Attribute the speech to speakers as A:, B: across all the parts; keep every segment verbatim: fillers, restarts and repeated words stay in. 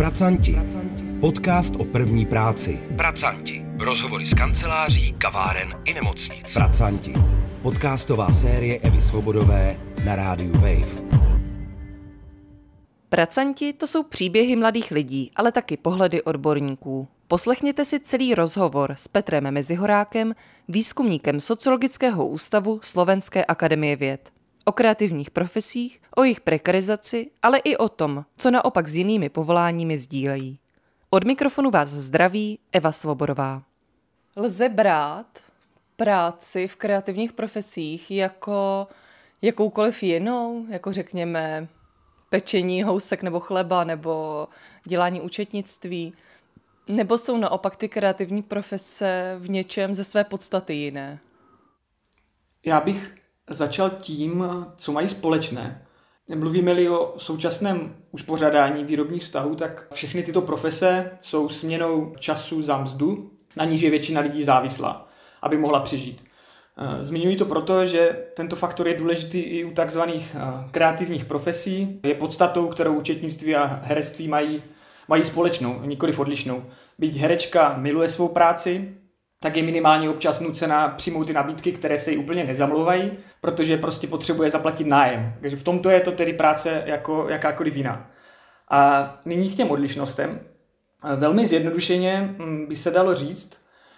A: Pracanti. Podcast o první práci. Pracanti. Rozhovory z kanceláří, kaváren i nemocnic. Pracanti. Podcastová série Evy Svobodové na rádiu Wave.
B: Pracanti to jsou příběhy mladých lidí, ale taky pohledy odborníků. Poslechněte si celý rozhovor s Petrem Mezihorákem, výzkumníkem Sociologického ústavu Slovenské akademie věd. O kreativních profesích, o jejich prekarizaci, ale i o tom, co naopak s jinými povoláními sdílejí. Od mikrofonu vás zdraví Eva Svobodová. Lze brát práci v kreativních profesích jako jakoukoliv jinou, jako řekněme pečení housek nebo chleba nebo dělání účetnictví, nebo jsou naopak ty kreativní profese v něčem ze své podstaty jiné?
C: Já bych začal tím, co mají společné. Mluvíme-li o současném uspořádání výrobních vztahů, tak všechny tyto profese jsou směnou času za mzdu, na níž je většina lidí závislá, aby mohla přežít. Zmiňuji to proto, že tento faktor je důležitý i u takzvaných kreativních profesí. Je podstatou, kterou účetnictví a herectví mají, mají společnou, nikoliv odlišnou. Byť herečka miluje svou práci, tak je minimálně občas nucená přijmout ty nabídky, které se jí úplně nezamlouvají, protože prostě potřebuje zaplatit nájem. Takže v tomto je to tedy práce jako jakákoliv jiná. A nyní k těm odlišnostem. Velmi zjednodušeně by se dalo říct,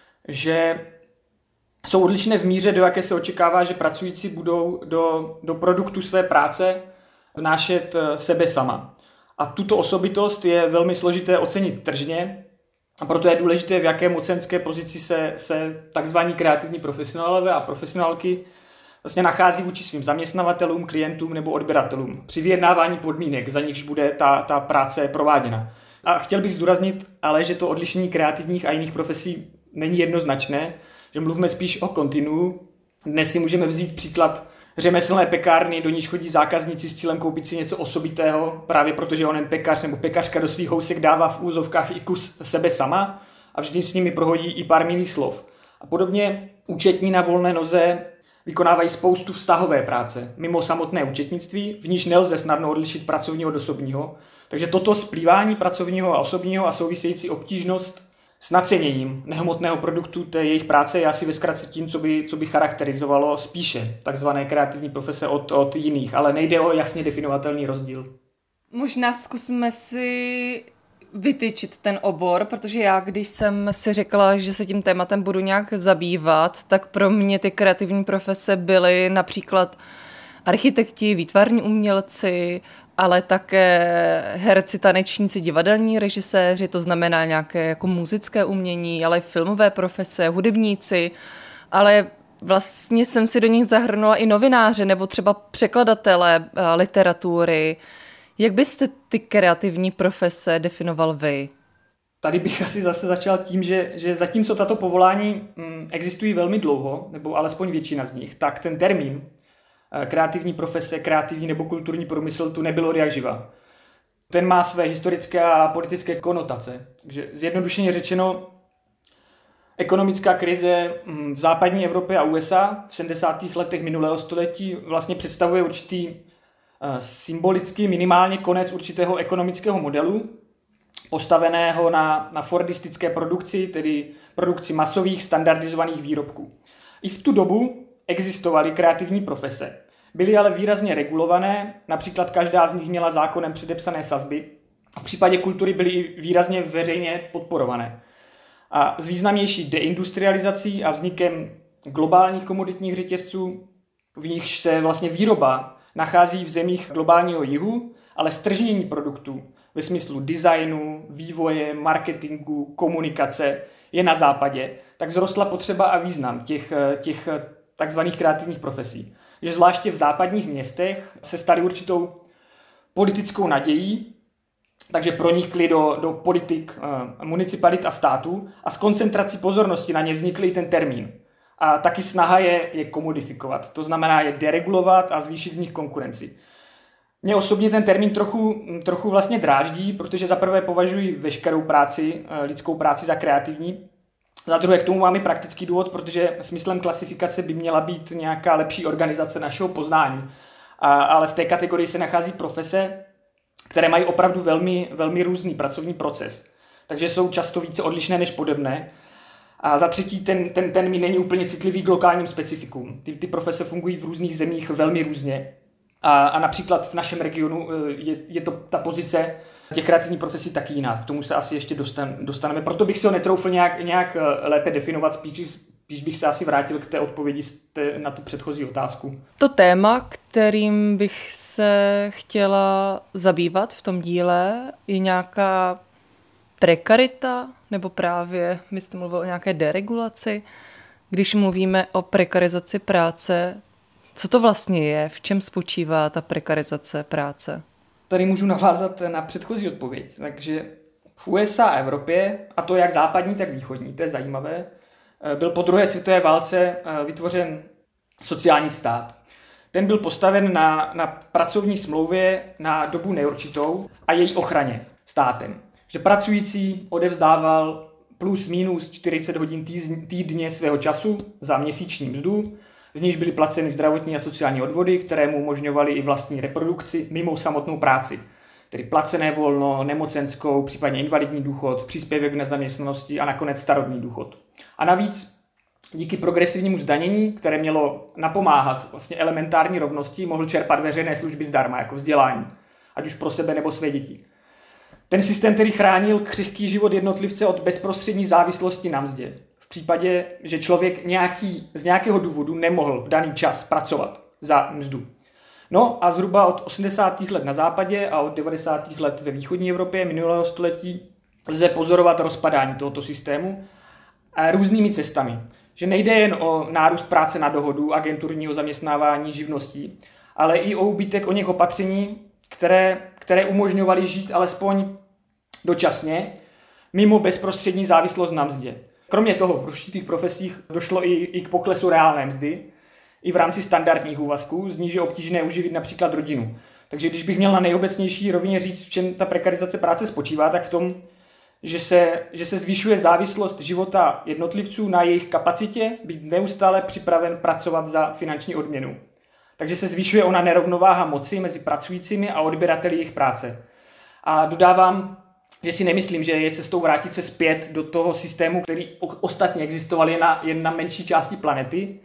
C: že jsou odlišné v míře, do jaké se očekává, že pracující budou do, do produktu své práce vnášet sebe sama. A tuto osobitost je velmi složité ocenit tržně, a proto je důležité, v jaké mocenské pozici se, se takzvaní kreativní profesionálové a profesionálky vlastně nachází vůči svým zaměstnavatelům, klientům nebo odběratelům při vyjednávání podmínek, za nichž bude ta, ta práce prováděna. A chtěl bych zdůraznit ale, že to odlišení kreativních a jiných profesí není jednoznačné, že mluvíme spíš o kontinuu. Dnes si můžeme vzít příklad řemeslné pekárny, do níž chodí zákazníci s cílem koupit si něco osobitého, právě protože onen pekař nebo pekařka do svých housek dává v úzovkách i kus sebe sama a vždy s nimi prohodí i pár milých slov. A podobně účetní na volné noze vykonávají spoustu vztahové práce, mimo samotné účetnictví, v níž nelze snadno odlišit pracovního od osobního. Takže toto splývání pracovního a osobního a související obtížnost s naceněním nehmotného produktu té jejich práce je asi ve zkratce tím, co by, co by charakterizovalo spíše takzvané kreativní profese od, od jiných, ale nejde o jasně definovatelný rozdíl.
B: Možná zkusme si vytyčit ten obor, protože já, když jsem si řekla, že se tím tématem budu nějak zabývat, tak pro mě ty kreativní profese byly například architekti, výtvarní umělci, ale také herci, tanečníci, divadelní režiséři, to znamená nějaké jako muzické umění, ale filmové profese, hudebníci, ale vlastně jsem si do nich zahrnula i novináře nebo třeba překladatele literatury. Jak byste ty kreativní profese definoval vy?
C: Tady bych asi zase začal tím, že, že zatímco tato povolání hm, existují velmi dlouho, nebo alespoň většina z nich, tak ten termín kreativní profese, kreativní nebo kulturní průmysl tu nebylo od jak živa. Ten má své historické a politické konotace. Takže zjednodušeně řečeno, ekonomická krize v západní Evropě a U S A v sedmdesátých letech minulého století vlastně představuje určitý symbolický minimálně konec určitého ekonomického modelu, postaveného na, na fordistické produkci, tedy produkci masových standardizovaných výrobků. I v tu dobu existovaly kreativní profese. Byly ale výrazně regulované, například každá z nich měla zákonem předepsané sazby a v případě kultury byly výrazně veřejně podporované. A s významnější deindustrializací a vznikem globálních komoditních řetězců, v nichž se vlastně výroba nachází v zemích globálního jihu, ale stržnění produktů ve smyslu designu, vývoje, marketingu, komunikace je na západě, tak vzrostla potřeba a význam těch, těch takzvaných kreativních profesí. Že zvláště v západních městech se staly určitou politickou nadějí, takže pronikly do, do politik eh, municipalit a států a s koncentrací pozornosti na ně vznikl i ten termín. A taky snaha je, je komodifikovat, to znamená je deregulovat a zvýšit v nich konkurenci. Mě osobně ten termín trochu, trochu vlastně dráždí, protože za prvé považuji veškerou práci, eh, lidskou práci za kreativní. Za druhé k tomu máme praktický důvod, protože smyslem klasifikace by měla být nějaká lepší organizace našeho poznání. A, ale v té kategorii se nachází profese, které mají opravdu velmi, velmi různý pracovní proces. Takže jsou často více odlišné než podobné. A za třetí, ten, ten termín není úplně citlivý k lokálním specifikům. Ty, ty profese fungují v různých zemích velmi různě. A, a například v našem regionu je, je to ta pozice těch kreativních profesí taky jiná. K tomu se asi ještě dostan, dostaneme. Proto bych si ho netroufl nějak, nějak lépe definovat, spíš, spíš bych se asi vrátil k té odpovědi na tu předchozí otázku.
B: To téma, kterým bych se chtěla zabývat v tom díle, je nějaká prekarita, nebo právě, my jste mluvil o nějaké deregulaci. Když mluvíme o prekarizaci práce, co to vlastně je? V čem spočívá ta prekarizace práce?
C: Tady můžu navázat na předchozí odpověď. Takže v U S A a Evropě, a to jak západní, tak východní, to je zajímavé, byl po druhé světové válce vytvořen sociální stát. Ten byl postaven na, na pracovní smlouvě na dobu neurčitou a její ochraně státem. Že pracující odevzdával plus minus čtyřicet hodin týdně svého času za měsíční mzdu, z níž byly placeny zdravotní a sociální odvody, které mu umožňovaly i vlastní reprodukci mimo samotnou práci. Tedy placené volno, nemocenskou, případně invalidní důchod, příspěvek v nezaměstnanosti a nakonec starobní důchod. A navíc díky progresivnímu zdanění, které mělo napomáhat vlastně elementární rovnosti, mohl čerpat veřejné služby zdarma, jako vzdělání, ať už pro sebe nebo své děti. Ten systém, který chránil křehký život jednotlivce od bezprostřední závislosti na mzdě. V případě, že člověk nějaký, z nějakého důvodu nemohl v daný čas pracovat za mzdu. No a zhruba od osmdesátých let na západě a od devadesátých let ve východní Evropě minulého století lze pozorovat rozpadání tohoto systému různými cestami. Že nejde jen o nárůst práce na dohodu, agenturního zaměstnávání, živností, ale i o úbytek o něch opatření, které, které umožňovaly žít alespoň dočasně, mimo bezprostřední závislost na mzdě. Kromě toho v určitých profesích došlo i, i k poklesu reálné mzdy, i v rámci standardních úvazků, z níž je obtížné uživit například rodinu. Takže když bych měl na nejobecnější rovině říct, v čem ta prekarizace práce spočívá, tak v tom, že se, že se zvyšuje závislost života jednotlivců na jejich kapacitě být neustále připraven pracovat za finanční odměnu. Takže se zvyšuje ona nerovnováha moci mezi pracujícími a odběrateli jejich práce. A dodávám, že si nemyslím, že je cestou vrátit se zpět do toho systému, který ostatně existoval jen na, jen na menší části planety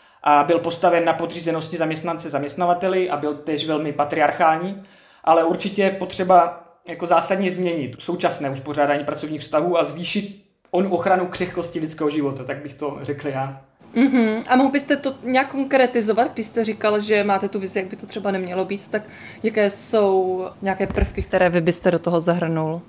C: a byl postaven na podřízenosti zaměstnance zaměstnavateli a byl též velmi patriarchální, ale určitě je potřeba jako zásadně změnit současné uspořádání pracovních vztahů a zvýšit onu ochranu křehkosti lidského života, tak bych to řekl já.
B: Mm-hmm. A mohl byste to nějak konkretizovat, když jste říkal, že máte tu vizi, jak by to třeba nemělo být, tak jaké jsou nějaké prvky, které vy byste do toho zahrnul?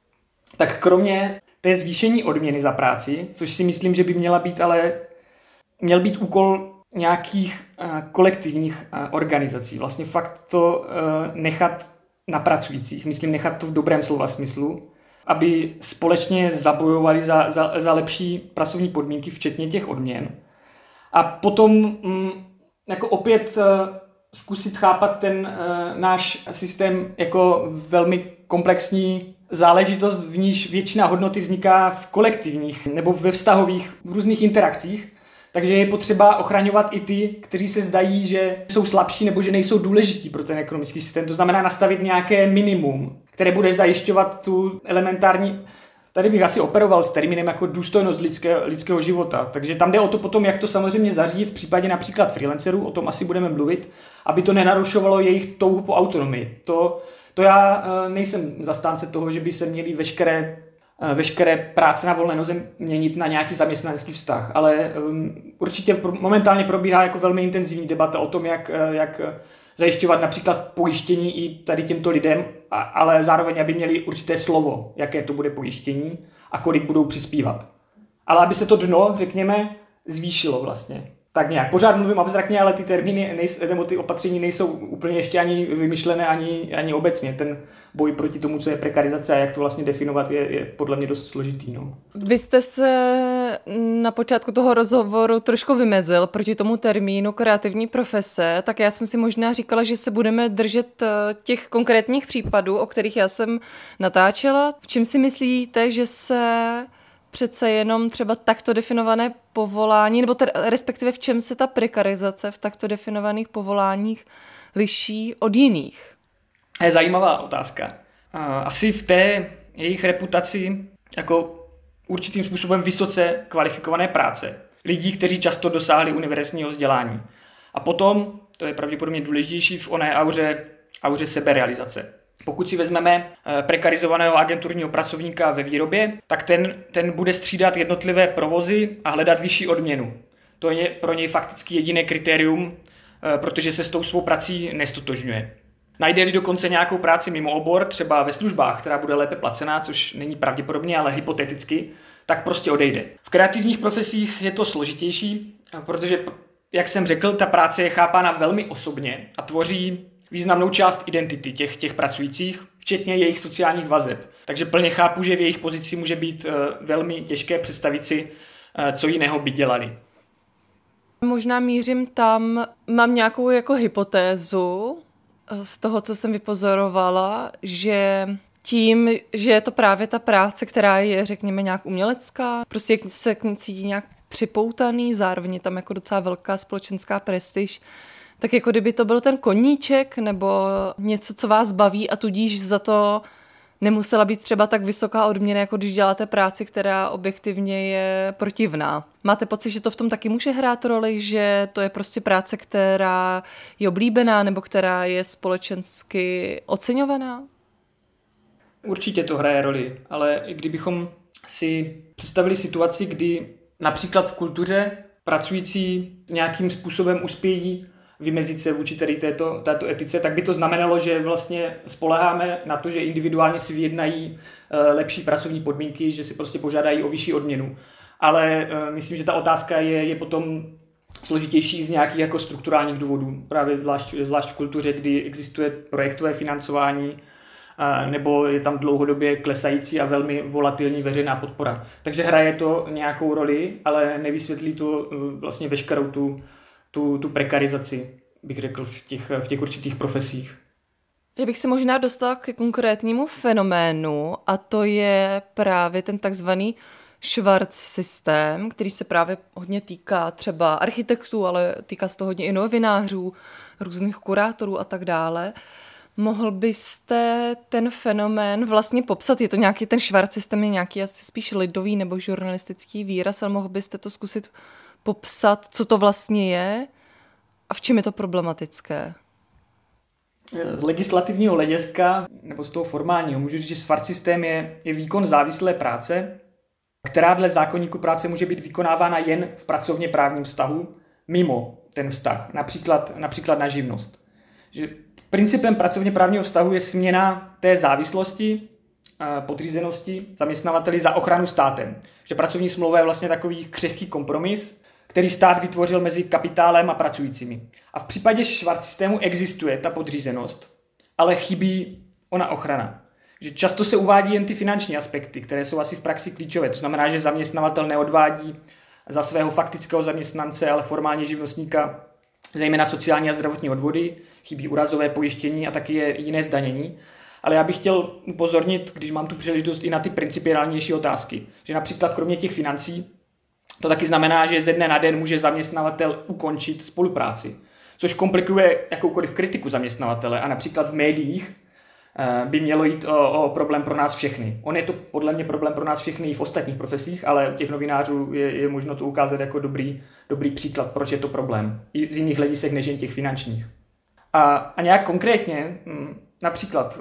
C: Tak kromě té zvýšení odměny za práci, což si myslím, že by měla být, ale měl být úkol nějakých uh, kolektivních uh, organizací. Vlastně fakt to uh, nechat na pracujících, myslím nechat to v dobrém slova smyslu, aby společně zabojovali za, za, za lepší pracovní podmínky, včetně těch odměn. A potom mm, jako opět uh, zkusit chápat ten uh, náš systém jako velmi komplexní záležitost, v níž většina hodnoty vzniká v kolektivních nebo ve vztahových, v různých interakcích. Takže je potřeba ochraňovat i ty, kteří se zdají, že jsou slabší nebo že nejsou důležití pro ten ekonomický systém. To znamená nastavit nějaké minimum, které bude zajišťovat tu elementární... Tady bych asi operoval s termínem jako důstojnost lidského, lidského života. Takže tam jde o to potom, jak to samozřejmě zařídit v případě například freelancerů, o tom asi budeme mluvit, aby to nenarušovalo jejich touhu po autonomii. To, to já nejsem zastánce toho, že by se měly veškeré veškeré práce na volné noze měnit na nějaký zaměstnanecký vztah, ale um, určitě pro, momentálně probíhá jako velmi intenzivní debata o tom, jak, jak zajišťovat například pojištění i tady těmto lidem, a, ale zároveň, aby měli určité slovo, jaké to bude pojištění a kolik budou přispívat. Ale aby se to dno, řekněme, zvýšilo vlastně. Tak nějak. Pořád mluvím abstraktně, ale ty termíny nejsou, nebo ty opatření nejsou úplně ještě ani vymyšlené, ani, ani obecně. Ten boj proti tomu, co je prekarizace a jak to vlastně definovat, je, je podle mě dost složitý. No.
B: Vy jste se na počátku toho rozhovoru trošku vymezil proti tomu termínu kreativní profese, tak já jsem si možná říkala, že se budeme držet těch konkrétních případů, o kterých já jsem natáčela. V čem si myslíte, že se přece jenom třeba takto definované povolání, nebo ter, respektive v čem se ta prekarizace v takto definovaných povoláních liší od jiných?
C: Je zajímavá otázka. Asi v té jejich reputaci jako určitým způsobem vysoce kvalifikované práce. Lidí, kteří často dosáhli univerzitního vzdělání. A potom, to je pravděpodobně důležitější, v oné auře, auře seberealizace. Pokud si vezmeme prekarizovaného agenturního pracovníka ve výrobě, tak ten, ten bude střídat jednotlivé provozy a hledat vyšší odměnu. To je pro něj fakticky jediné kritérium, protože se s tou svou prací nestotožňuje. Najde-li dokonce nějakou práci mimo obor, třeba ve službách, která bude lépe placená, což není pravděpodobně, ale hypoteticky, tak prostě odejde. V kreativních profesích je to složitější, protože, jak jsem řekl, ta práce je chápána velmi osobně a tvoří významnou část identity těch, těch pracujících, včetně jejich sociálních vazeb. Takže plně chápu, že v jejich pozici může být velmi těžké představit si, co jiného by dělali.
B: Možná mířím tam, mám nějakou jako hypotézu z toho, co jsem vypozorovala, že tím, že je to právě ta práce, která je, řekněme, nějak umělecká, prostě se k ní cítí nějak připoutaný, zároveň je tam jako docela velká společenská prestiž, tak jako kdyby to byl ten koníček nebo něco, co vás baví a tudíž za to nemusela být třeba tak vysoká odměna, jako když děláte práci, která objektivně je protivná. Máte pocit, že to v tom taky může hrát roli, že to je prostě práce, která je oblíbená nebo která je společensky oceňovaná?
C: Určitě to hraje roli, ale kdybychom si představili situaci, kdy například v kultuře pracující nějakým způsobem uspějí vymezit se vůči tady této, této etice, tak by to znamenalo, že vlastně spoléháme na to, že individuálně si vyjednají lepší pracovní podmínky, že si prostě požádají o vyšší odměnu. Ale myslím, že ta otázka je, je potom složitější z nějakých jako strukturálních důvodů. Právě zvlášť, zvlášť v kultuře, kdy existuje projektové financování, nebo je tam dlouhodobě klesající a velmi volatilní veřejná podpora. Takže hraje to nějakou roli, ale nevysvětlí to vlastně veškerou tu Tu, tu prekarizaci, bych řekl, v těch, v těch určitých profesích.
B: Já bych se možná dostala k konkrétnímu fenoménu a to je právě ten takzvaný Schwarz systém, který se právě hodně týká třeba architektů, ale týká se to hodně i novinářů, různých kurátorů a tak dále. Mohl byste ten fenomén vlastně popsat? Je to nějaký, ten Schwarz systém je nějaký asi spíš lidový nebo žurnalistický výraz, ale mohl byste to zkusit popsat, co to vlastně je a v čem je to problematické?
C: Z legislativního hlediska nebo z toho formálního můžu říct, že Schwarz systém je, je výkon závislé práce, která dle zákoníku práce může být vykonávána jen v pracovně právním vztahu mimo ten vztah, například, například na živnost. Že principem pracovně právního vztahu je směna té závislosti, podřízenosti zaměstnavateli za ochranu státem. Že pracovní smlouva je vlastně takový křehký kompromis, který stát vytvořil mezi kapitálem a pracujícími. A v případě Schwarz systému existuje ta podřízenost, ale chybí ona ochrana. Že často se uvádí jen ty finanční aspekty, které jsou asi v praxi klíčové. To znamená, že zaměstnavatel neodvádí za svého faktického zaměstnance, ale formálně živnostníka, zejména sociální a zdravotní odvody, chybí úrazové pojištění a taky je jiné zdanění. Ale já bych chtěl upozornit, když mám tu příležitost, i na ty principiálnější otázky. Že například kromě těch financí to taky znamená, že ze dne na den může zaměstnavatel ukončit spolupráci, což komplikuje jakoukoliv kritiku zaměstnavatele a například v médiích by mělo jít o, o problém pro nás všechny. On je to podle mě problém pro nás všechny i v ostatních profesích, ale u těch novinářů je, je možno to ukázat jako dobrý, dobrý příklad, proč je to problém. I z jiných hledisek než jen těch finančních. A, a nějak konkrétně, například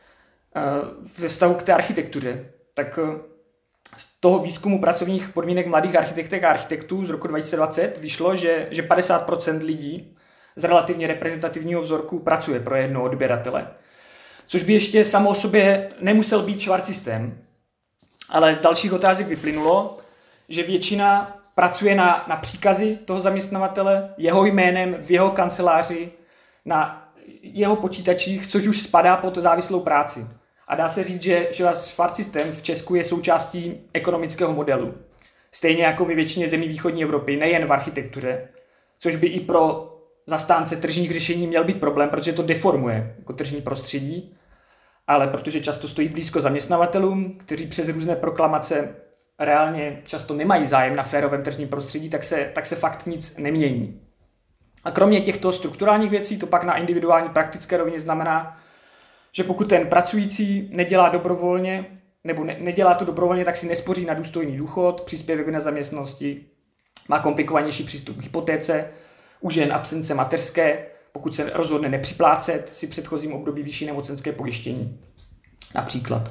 C: ve vztahu k té architektuře, tak z toho výzkumu pracovních podmínek mladých architektek a architektů z roku dva tisíce dvacet vyšlo, že, že padesát procent lidí z relativně reprezentativního vzorku pracuje pro jednoho odběratele. Což by ještě samo o sobě nemusel být Schwarz systém. Ale z dalších otázek vyplynulo, že většina pracuje na, na příkazy toho zaměstnavatele, jeho jménem, v jeho kanceláři, na jeho počítačích, což už spadá pod závislou práci. A dá se říct, že, že Schwarz systém v Česku je součástí ekonomického modelu. Stejně jako ve většině zemí východní Evropy, nejen v architektuře, což by i pro zastánce tržních řešení měl být problém, protože to deformuje jako tržní prostředí, ale protože často stojí blízko zaměstnavatelům, kteří přes různé proklamace reálně často nemají zájem na férovém tržním prostředí, tak se, tak se fakt nic nemění. A kromě těchto strukturálních věcí to pak na individuální praktické rovině znamená, že pokud ten pracující nedělá dobrovolně, nebo ne, nedělá to dobrovolně, tak si nespoří na důstojný důchod, příspěvek v nezaměstnanosti, má komplikovanější přístup k hypotéce, u žen absence mateřské, pokud se rozhodne nepřiplácet si v předchozím období vyšší nemocenské pojištění. Například.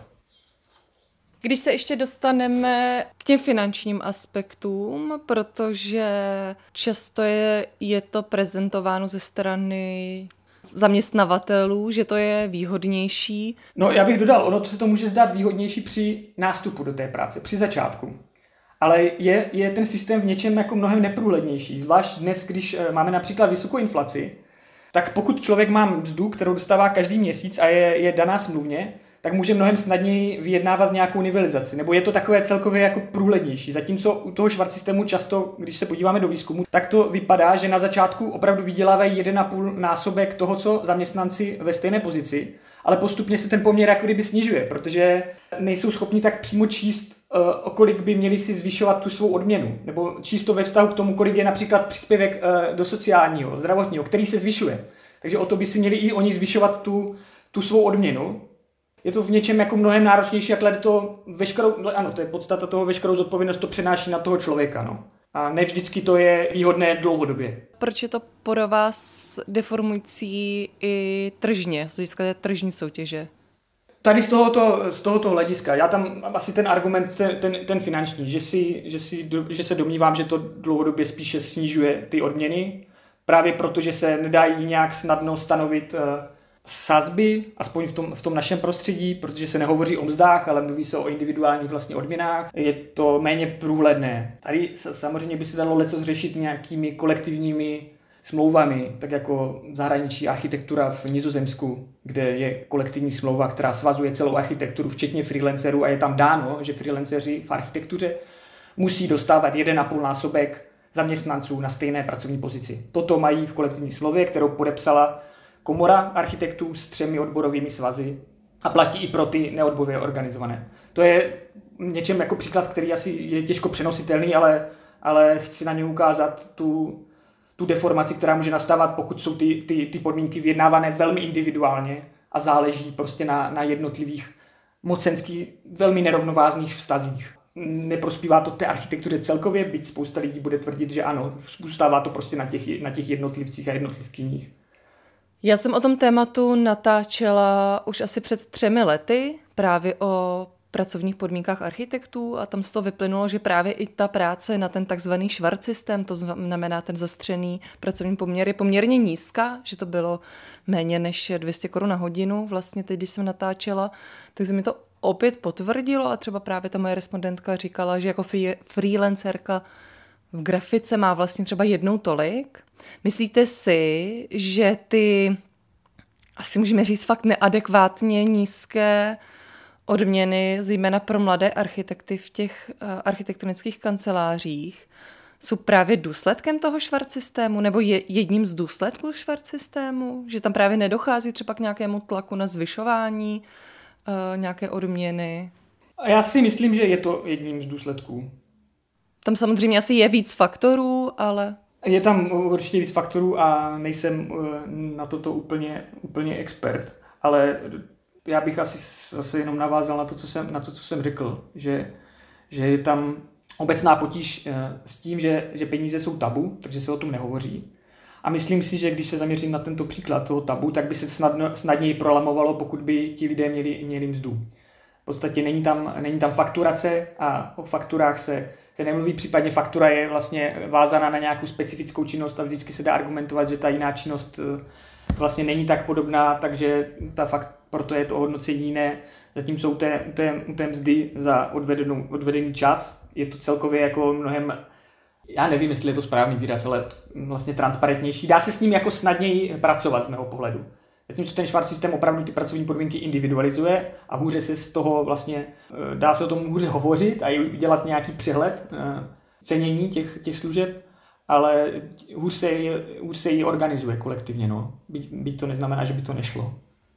B: Když se ještě dostaneme k těm finančním aspektům, protože často je, je to prezentováno ze strany zaměstnavatelů, že to je výhodnější.
C: No já bych dodal, ono to se to může zdát výhodnější při nástupu do té práce, při začátku. Ale je, je ten systém v něčem jako mnohem neprůhlednější. Zvlášť dnes, když máme například vysokou inflaci, tak pokud člověk má mzdu, kterou dostává každý měsíc a je, je daná smluvně, tak může mnohem snadněji vyjednávat nějakou nivelizaci. Nebo je to takové celkově jako průhlednější. Zatímco u toho švart systému často, když se podíváme do výzkumu, tak to vypadá, že na začátku opravdu vydělávají jeden a půl násobek toho, co zaměstnanci ve stejné pozici, ale postupně se ten poměr jako kdyby snižuje, protože nejsou schopni tak přímo číst, o kolik by měli si zvyšovat tu svou odměnu. Nebo číst to ve vztahu k tomu, kolik je například příspěvek do sociálního, zdravotního, který se zvyšuje. Takže o to by si měli i oni zvyšovat tu, tu svou odměnu. Je to v něčem jako mnohem náročnější, jak klade to veškerou, ano, to je podstata toho, veškerou zodpovědnost to přenáší na toho člověka, no. A ne vždycky to je výhodné dlouhodobě.
B: Proč je to pro vás deformující i tržně, z hlediska té tržní soutěže?
C: Tady z tohoto, z tohoto hlediska, já tam asi ten argument, ten, ten, ten finanční, že, si, že, si, že se domnívám, že to dlouhodobě spíše snižuje ty odměny, právě protože se nedají nějak snadno stanovit sazby, aspoň v tom, v tom našem prostředí, protože se nehovoří o mzdách, ale mluví se o individuálních vlastně odměnách. Je to méně průhledné. Tady samozřejmě by se dalo leco zřešit nějakými kolektivními smlouvami, tak jako zahraniční architektura v Nizozemsku, kde je kolektivní smlouva, která svazuje celou architekturu, včetně freelancerů, a je tam dáno, že freelanceři v architektuře musí dostávat jeden a půl násobek zaměstnanců na stejné pracovní pozici. Toto mají v kolektivní smlouvě, kterou podepsala Komora architektů s třemi odborovými svazy a platí i pro ty neodborově organizované. To je něčem jako příklad, který asi je těžko přenositelný, ale, ale chci na něj ukázat tu, tu deformaci, která může nastávat, pokud jsou ty, ty, ty podmínky vyjednávané velmi individuálně a záleží prostě na, na jednotlivých mocenských, velmi nerovnovázných vztazích. Neprospívá to té architektuře celkově, byť spousta lidí bude tvrdit, že ano, zůstává to prostě na těch, na těch jednotlivcích a jednotlivkyních.
B: Já jsem o tom tématu natáčela už asi před třemi lety, právě o pracovních podmínkách architektů, a tam z toho vyplynulo, že právě i ta práce na ten takzvaný švart systém, to znamená ten zastřený pracovní poměr, je poměrně nízká, že to bylo méně než dvě stě korun na hodinu. Vlastně teď, když jsem natáčela, tak se mi to opět potvrdilo a třeba právě ta moje respondentka říkala, že jako free, freelancerka v grafice má vlastně třeba jednou tolik. Myslíte si, že ty, asi můžeme říct fakt neadekvátně nízké odměny, zejména pro mladé architekty v těch uh, architektonických kancelářích, jsou právě důsledkem toho švart systému, nebo je jedním z důsledků švart systému, že tam právě nedochází třeba k nějakému tlaku na zvyšování uh, nějaké odměny?
C: Já si myslím, že je to jedním z důsledků.
B: Tam samozřejmě asi je víc faktorů, ale...
C: Je tam určitě víc faktorů a nejsem na toto úplně, úplně expert, ale já bych asi zase jenom navázal na to, co jsem, na to, co jsem řekl, že, že je tam obecná potíž s tím, že, že peníze jsou tabu, takže se o tom nehovoří. A myslím si, že když se zaměřím na tento příklad toho tabu, tak by se snadno, snadněji prolamovalo, pokud by ti lidé měli, měli mzdu. V podstatě není tam, není tam fakturace a o fakturách se se nemluví, případně faktura je vlastně vázaná na nějakou specifickou činnost a vždycky se dá argumentovat, že ta jiná činnost vlastně není tak podobná, takže ta fakt, proto je to hodnocení jiné. Zatímco u té, u té, u té mzdy za odvedenou, odvedený čas je to celkově jako mnohem, já nevím, jestli je to správný výraz, ale vlastně transparentnější. Dá se s ním jako snadněji pracovat z mého pohledu. Zatímco ten švart systém opravdu ty pracovní podmínky individualizuje a hůře se z toho vlastně, dá se o tom hůře hovořit a dělat nějaký přehled cenění těch, těch služeb, ale hůř se, hůř se ji organizuje kolektivně. No. Byť, byť to neznamená, že by to nešlo.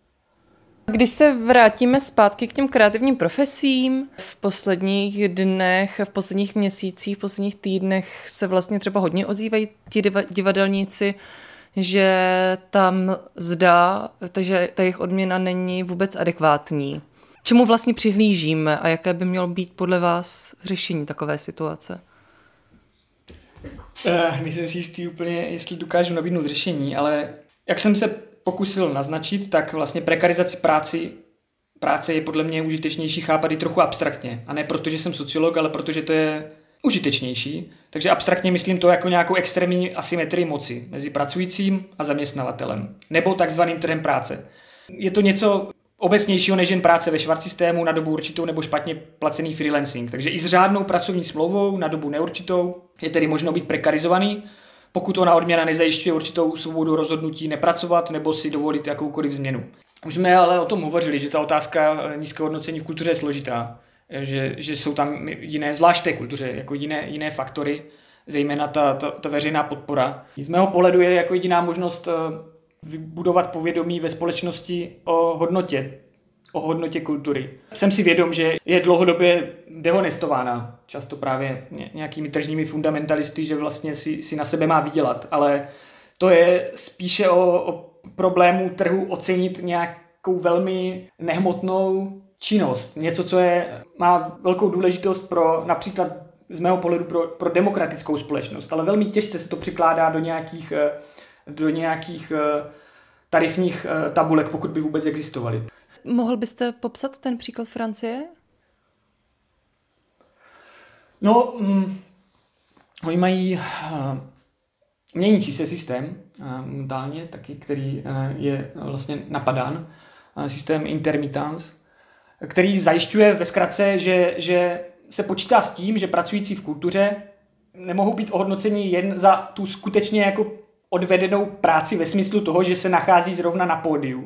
B: Když se vrátíme zpátky k těm kreativním profesím, v posledních dnech, v posledních měsících, v posledních týdnech se vlastně třeba hodně ozývají ti divadelníci, že tam zda, takže ta jejich odměna není vůbec adekvátní. Čemu vlastně přihlížíme a jaké by mělo být podle vás řešení takové situace?
C: Uh, nejsem si jistý úplně, jestli dokážu nabídnout řešení, ale jak jsem se pokusil naznačit, tak vlastně prekarizaci práci, práce je podle mě užitečnější chápat i trochu abstraktně. A ne proto, že jsem sociolog, ale protože to je užitečnější. Takže abstraktně myslím to jako nějakou extrémní asymetrii moci mezi pracujícím a zaměstnavatelem. Nebo takzvaným trhem práce. Je to něco obecnějšího než jen práce ve švarcsystému na dobu určitou nebo špatně placený freelancing. Takže i s řádnou pracovní smlouvou na dobu neurčitou je tedy možno být prekarizovaný, pokud ona odměna nezajišťuje určitou svobodu rozhodnutí nepracovat nebo si dovolit jakoukoliv změnu. Už jsme ale o tom hovořili, že ta otázka nízkého hodnocení v kultuře je složitá, že, že jsou tam jiné, zvlášť té kultuře, jako jiné, jiné faktory, zejména ta, ta, ta veřejná podpora. Z mého pohledu je jako jediná možnost vybudovat povědomí ve společnosti o hodnotě, o hodnotě kultury. Jsem si vědom, že je dlouhodobě dehonestována, často právě nějakými tržními fundamentalisty, že vlastně si, si na sebe má vydělat, ale to je spíše o, o problému trhu ocenit nějakou velmi nehmotnou činnost. Něco, co je, má velkou důležitost pro například z mého pohledu pro, pro demokratickou společnost, ale velmi těžce se to přikládá do nějakých do nějakých tarifních tabulek, pokud by vůbec existovaly.
B: Mohl byste popsat ten příklad Francie?
C: No, hm, oni mají uh, měnící se systém uh, momentálně, taky, který uh, je vlastně napadán, uh, systém intermittence, který zajišťuje ve zkratce, že, že se počítá s tím, že pracující v kultuře nemohou být ohodnoceni jen za tu skutečně jako odvedenou práci ve smyslu toho, že se nachází zrovna na pódiu.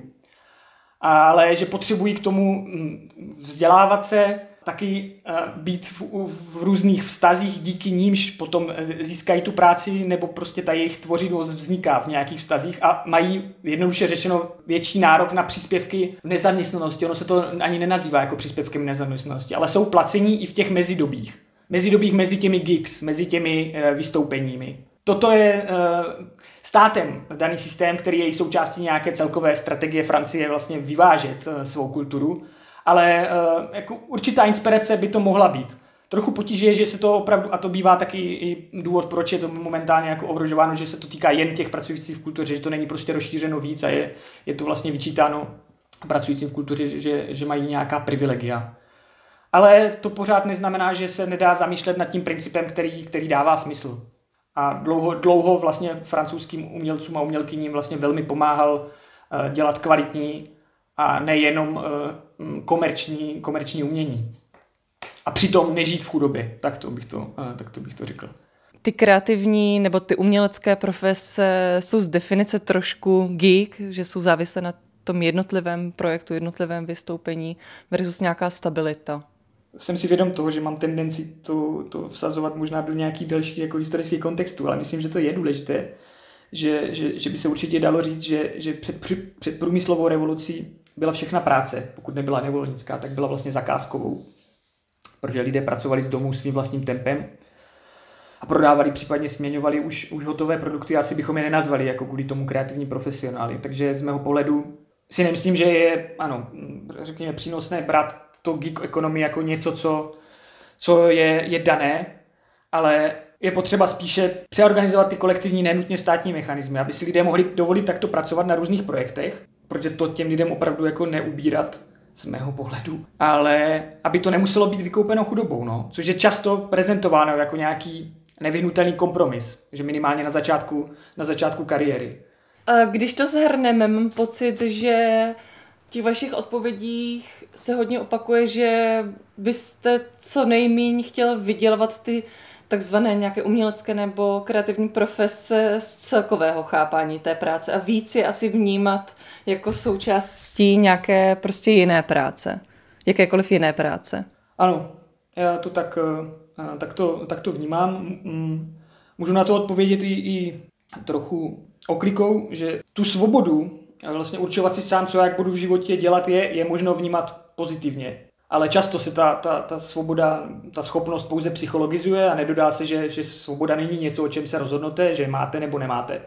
C: Ale že potřebují k tomu vzdělávat se, taky být v, v různých vztazích, díky nímž potom získají tu práci, nebo prostě ta jejich tvořivost vzniká v nějakých vztazích a mají jednoduše řečeno větší nárok na příspěvky v nezaměstnanosti. Ono se to ani nenazývá jako příspěvky v nezaměstnanosti, ale jsou placení i v těch mezidobích. Mezidobích mezi těmi gigs, mezi těmi vystoupeními. Toto je uh, státem daný systém, který je součástí nějaké celkové strategie Francie vlastně vyvážet uh, svou kulturu, ale uh, jako určitá inspirace by to mohla být. Trochu potíže je, že se to opravdu, a to bývá taky i důvod, proč je to momentálně jako ohrožováno, že se to týká jen těch pracujících v kultuře, že to není prostě rozšířeno víc a je, je to vlastně vyčítáno pracujícím v kultuře, že, že mají nějaká privilegia. Ale to pořád neznamená, že se nedá zamýšlet nad tím principem, který, který dává smysl. A dlouho, dlouho vlastně francouzským umělcům a umělkyním vlastně velmi pomáhal uh, dělat kvalitní a nejenom uh, komerční, komerční umění. A přitom nežít v chudobě, tak to bych to, uh, tak to bych to řekl.
B: Ty kreativní nebo ty umělecké profese jsou z definice trošku geek, že jsou závislé na tom jednotlivém projektu, jednotlivém vystoupení versus nějaká stabilita.
C: Jsem si vědom toho, že mám tendenci to, to vsazovat možná do nějakých dalších jako historických kontextů, ale myslím, že to je důležité, že, že, že by se určitě dalo říct, že, že před, před průmyslovou revolucí byla všechna práce, pokud nebyla nevolenická, tak byla vlastně zakázkovou, protože lidé pracovali z domů svým vlastním tempem a prodávali, případně směňovali už, už hotové produkty, asi bychom je nenazvali jako kvůli tomu kreativní profesionály. Takže z mého pohledu si nemyslím, že je, ano, řekněme, přínosné brát to gig ekonomii jako něco, co, co je, je dané, ale je potřeba spíše přeorganizovat ty kolektivní, nenutně státní mechanismy, aby si lidé mohli dovolit takto pracovat na různých projektech, protože to těm lidem opravdu jako neubírat z mého pohledu, ale aby to nemuselo být vykoupeno chudobou, no, což je často prezentováno jako nějaký nevyhnutelný kompromis, že minimálně na začátku, na začátku kariéry.
B: Když to shrneme, mám pocit, že v těch vašich odpovědích se hodně opakuje, že byste co nejméně chtěl vydělovat ty takzvané nějaké umělecké nebo kreativní profese z celkového chápání té práce a víc je asi vnímat jako součástí nějaké prostě jiné práce, jakékoliv jiné práce.
C: Ano, já to tak, tak, to, tak to vnímám. Můžu na to odpovědět i, i trochu oklikou, že tu svobodu vlastně určovat si sám, co jak budu v životě dělat, je, je možno vnímat pozitivně. Ale často se ta, ta, ta svoboda, ta schopnost pouze psychologizuje a nedodá se, že, že svoboda není něco, o čem se rozhodnete, že máte nebo nemáte.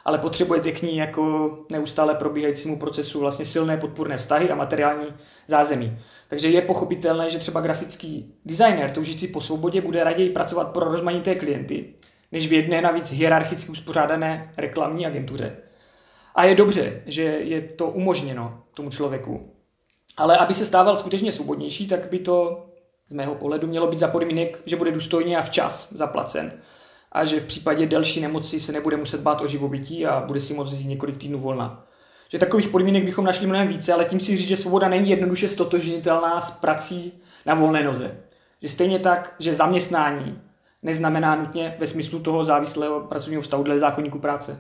C: ale potřebujete k ní jako neustále probíhajícímu procesu vlastně silné podpůrné vztahy a materiální zázemí. Takže je pochopitelné, že třeba grafický designer toužící po svobodě bude raději pracovat pro rozmanité klienty, než v jedné navíc hierarchicky uspořádané reklamní agentuře. A je dobře, že je to umožněno tomu člověku. Ale aby se stával skutečně svobodnější, tak by to z mého pohledu mělo být za podmínek, že bude důstojně a včas zaplacen a že v případě delší nemoci se nebude muset bát o živobytí a bude si moct vzít několik týdnů volna. Že takových podmínek bychom našli mnohem více, ale tím si říct, že svoboda není jednoduše stotožnitelná s prací na volné noze. Že stejně tak, že zaměstnání neznamená nutně ve smyslu toho závislého pracovního vztahu dle zákoníku práce.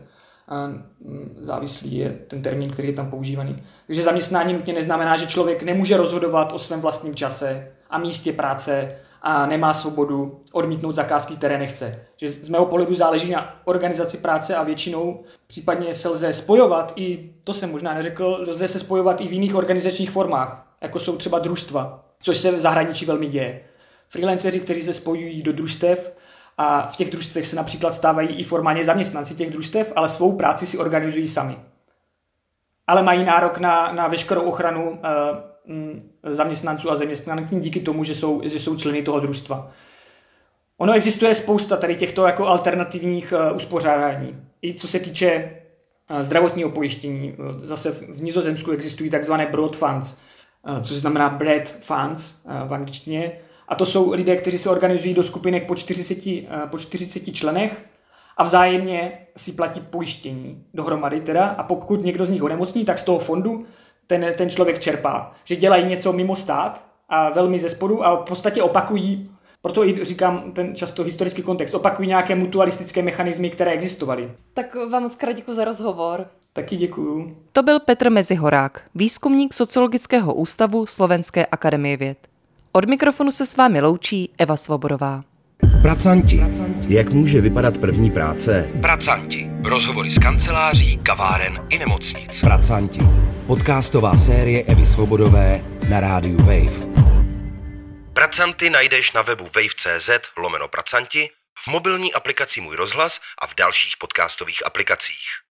C: Závislý je ten termín, který je tam používaný. Takže zaměstnání nutně neznamená, že člověk nemůže rozhodovat o svém vlastním čase a místě práce a nemá svobodu odmítnout zakázky, které nechce. Že z mého pohledu záleží na organizaci práce a většinou případně se lze spojovat i, to jsem možná neřekl, lze se spojovat i v jiných organizačních formách, jako jsou třeba družstva, což se v zahraničí velmi děje. Freelanceři, kteří se spojují do družstev, a v těch družstvech se například stávají i formálně zaměstnanci těch družstev, ale svou práci si organizují sami. Ale mají nárok na, na veškerou ochranu uh, um, zaměstnanců a zaměstnanců díky tomu, že jsou, že jsou členy toho družstva. Ono existuje spousta tady těchto jako alternativních uh, uspořádání. I co se týče uh, zdravotního pojištění. Zase v Nizozemsku existují takzvané broad funds, uh, což znamená bread funds uh, v angličtině. A to jsou lidé, kteří se organizují do skupinek po čtyřiceti, po čtyřiceti členech a vzájemně si platí pojištění dohromady teda. A pokud někdo z nich onemocní, tak z toho fondu ten, ten člověk čerpá. Že dělají něco mimo stát a velmi ze spodu a v podstatě opakují, proto i říkám ten často historický kontext, opakují nějaké mutualistické mechanismy, které existovaly.
B: Tak vám moc krát děkuji za rozhovor.
C: Taky děkuju.
B: To byl Petr Mezihorák, výzkumník Sociologického ústavu Slovenské akademie věd. Od mikrofonu se s vámi loučí Eva Svobodová.
A: Pracanti. Jak může vypadat první práce? Pracanti. Rozhovory z kanceláří, kaváren i nemocnic. Pracanti. Podcastová série Evy Svobodové na rádiu Wave. Pracanti najdeš na webu wave.cz lomeno pracanti, v mobilní aplikaci Můj rozhlas a v dalších podcastových aplikacích.